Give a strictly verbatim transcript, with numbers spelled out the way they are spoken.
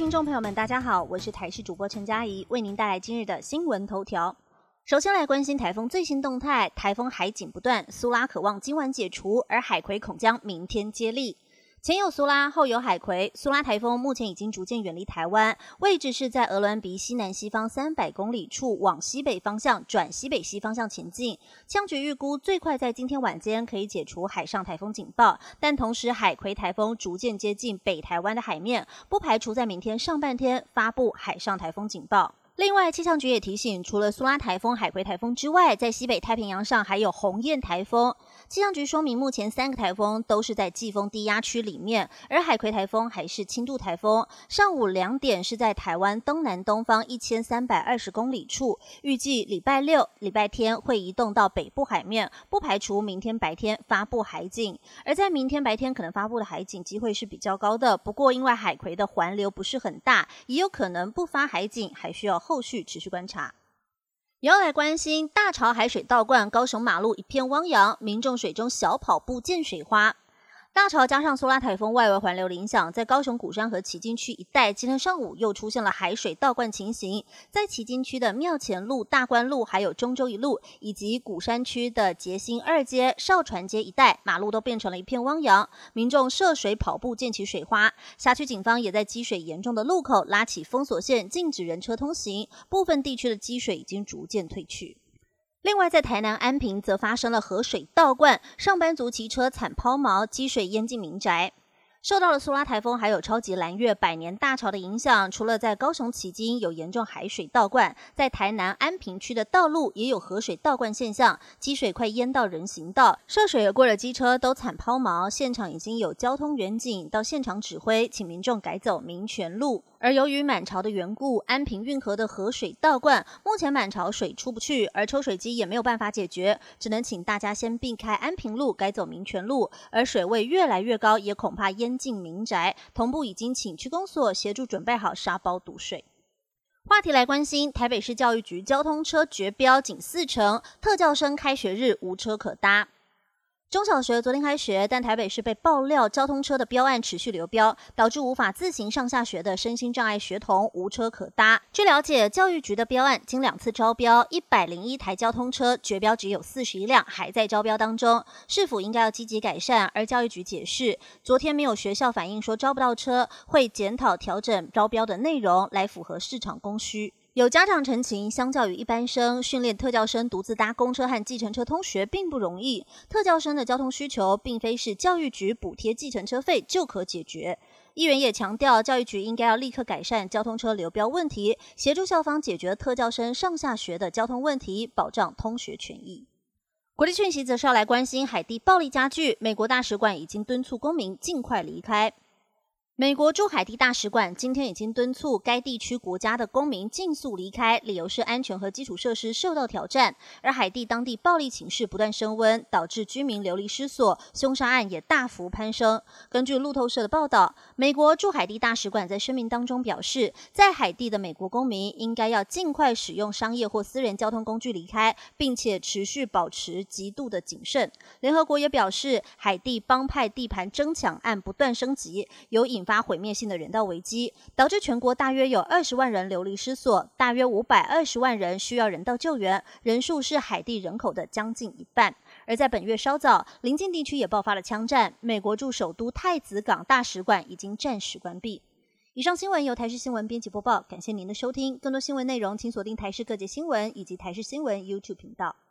听众朋友们，大家好，我是台视主播陈佳怡，为您带来今日的新闻头条。首先来关心台风最新动态，台风海警不断，苏拉可望今晚解除，而海葵恐将明天接力。前有苏拉，后有海葵。苏拉台风目前已经逐渐远离台湾，位置是在鹅銮鼻西南西方三百公里处，往西北方向转西北西方向前进。气象局预估最快在今天晚间可以解除海上台风警报，但同时海葵台风逐渐接近北台湾的海面，不排除在明天上半天发布海上台风警报。另外，气象局也提醒，除了苏拉台风、海葵台风之外，在西北太平洋上还有鸿雁台风。气象局说明，目前三个台风都是在季风低压区里面，而海葵台风还是轻度台风。上午两点是在台湾东南东方一千三百二十公里处，预计礼拜六、礼拜天会移动到北部海面，不排除明天白天发布海警。而在明天白天可能发布的海警机会是比较高的，不过因为海葵的环流不是很大，也有可能不发海警，还需要后续持续观察。也要来关心大潮海水倒灌，高雄马路一片汪洋，民众水中小跑步见水花。大潮加上苏拉台风外围环流的影响，在高雄鼓山和旗津区一带，今天上午又出现了海水倒灌情形。在旗津区的庙前路、大关路，还有中州一路，以及鼓山区的捷兴二街、哨船街一带，马路都变成了一片汪洋，民众涉水跑步溅起水花。辖区警方也在积水严重的路口拉起封锁线，禁止人车通行，部分地区的积水已经逐渐退去。另外，在台南安平则发生了河水倒灌，上班族骑车惨抛锚，积水淹进民宅。受到了苏拉台风还有超级蓝月百年大潮的影响，除了在高雄旗津有严重海水倒灌，在台南安平区的道路也有河水倒灌现象，积水快淹到人行道，涉水而过的机车都惨抛锚，现场已经有交通员警到现场指挥，请民众改走民权路。而由于满潮的缘故，安平运河的河水倒灌，目前满潮水出不去，而抽水机也没有办法解决，只能请大家先避开安平路，改走民权路。而水位越来越高，也恐怕淹进民宅，同步已经请区公所协助准备好沙包堵水。话题来关心，台北市教育局交通车绝标仅四成，特教生开学日无车可搭。中小学昨天开学，但台北市被爆料交通车的标案持续流标，导致无法自行上下学的身心障碍学童无车可搭。据了解，教育局的标案经两次招标，一百零一台交通车绝标只有四十一辆，还在招标当中，是否应该要积极改善？而教育局解释，昨天没有学校反映说招不到车，会检讨调整招标的内容，来符合市场供需。有家长陈情，相较于一般生，训练特教生独自搭公车和计程车通学并不容易。特教生的交通需求，并非是教育局补贴计程车费就可解决。议员也强调，教育局应该要立刻改善交通车流标问题，协助校方解决特教生上下学的交通问题，保障通学权益。国际讯息则是要来关心海地暴力加剧，美国大使馆已经敦促公民尽快离开。美国驻海地大使馆今天已经敦促该地区国家的公民尽速离开，理由是安全和基础设施受到挑战。而海地当地暴力情势不断升温，导致居民流离失所，凶杀案也大幅攀升。根据路透社的报道，美国驻海地大使馆在声明当中表示，在海地的美国公民应该要尽快使用商业或私人交通工具离开，并且持续保持极度的谨慎。联合国也表示，海地帮派地盘争抢案不断升级，有引发发毁灭性的人道危机，导致全国大约有二十万人流离失所，大约五百二十万人需要人道救援，人数是海地人口的将近一半。而在本月稍早，邻近地区也爆发了枪战，美国驻首都太子港大使馆已经暂时关闭。以上新闻由台视新闻编辑播报，感谢您的收听。更多新闻内容请锁定台视各界新闻以及台视新闻 YouTube 频道。